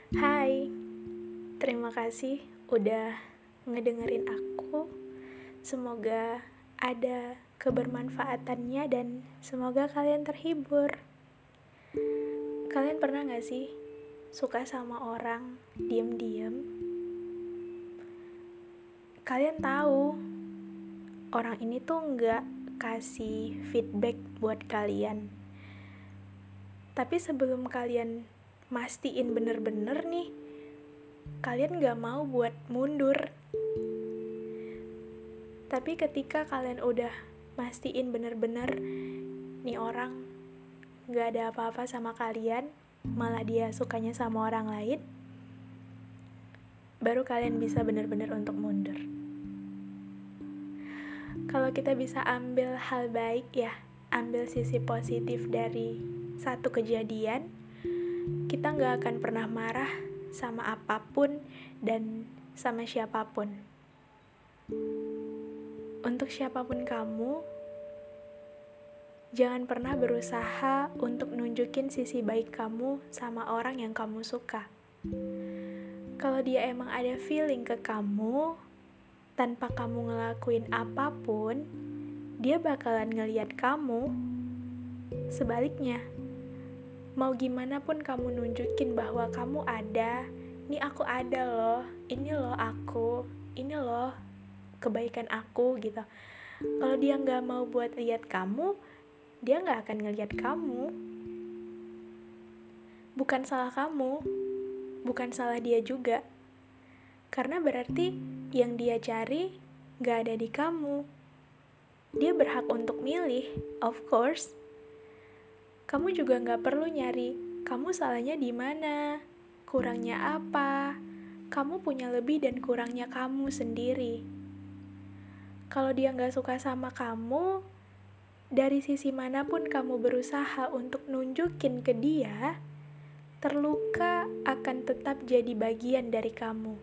Hai, terima kasih udah ngedengerin aku. Semoga ada kebermanfaatannya dan semoga kalian terhibur. Kalian pernah gak sih suka sama orang diem-diem? Kalian tahu orang ini tuh gak kasih feedback buat kalian. Tapi sebelum kalian mastiin bener-bener nih, kalian gak mau buat mundur. Tapi ketika kalian udah mastiin bener-bener nih orang gak ada apa-apa sama kalian, malah dia sukanya sama orang lain, baru kalian bisa bener-bener untuk mundur. Kalau kita bisa ambil hal baik ya, ambil sisi positif dari satu kejadian, kita gak akan pernah marah sama apapun dan sama siapapun. Untuk siapapun kamu, jangan pernah berusaha untuk nunjukin sisi baik kamu sama orang yang kamu suka. Kalau dia emang ada feeling ke kamu, tanpa kamu ngelakuin apapun, dia bakalan ngeliat kamu. Sebaliknya, mau gimana pun kamu nunjukin bahwa kamu ada, nih aku ada loh, ini loh aku, ini loh kebaikan aku gitu. Kalau dia gak mau buat lihat kamu, dia gak akan ngeliat kamu. Bukan salah kamu, bukan salah dia juga. Karena berarti yang dia cari gak ada di kamu. Dia berhak untuk milih, of course. Kamu juga gak perlu nyari kamu salahnya di mana, kurangnya apa. Kamu punya lebih dan kurangnya kamu sendiri. Kalau dia gak suka sama kamu, dari sisi manapun kamu berusaha untuk nunjukin ke dia, terluka akan tetap jadi bagian dari kamu.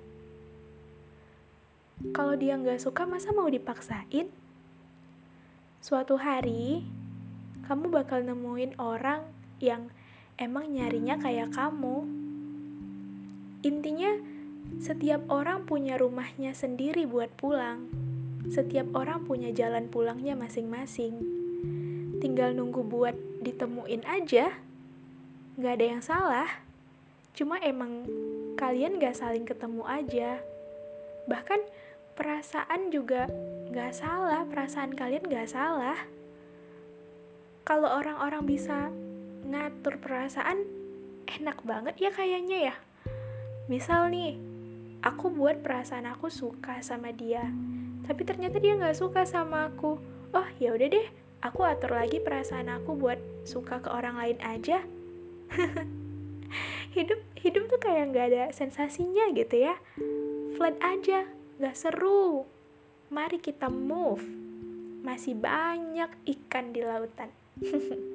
Kalau dia gak suka, masa mau dipaksain? Suatu hari, kamu bakal nemuin orang yang emang nyarinya kayak kamu. Intinya, setiap orang punya rumahnya sendiri buat pulang. Setiap orang punya jalan pulangnya masing-masing. Tinggal nunggu buat ditemuin aja. Gak ada yang salah. Cuma emang kalian gak saling ketemu aja. Bahkan perasaan juga gak salah. Perasaan kalian gak salah. Kalau orang-orang bisa ngatur perasaan, enak banget ya kayaknya ya. Misal nih, aku buat perasaan aku suka sama dia, tapi ternyata dia gak suka sama aku. Oh ya udah deh, aku atur lagi perasaan aku buat suka ke orang lain aja. Hidup tuh kayak gak ada sensasinya gitu ya. Flat aja, gak seru. Mari kita move. Masih banyak ikan di lautan.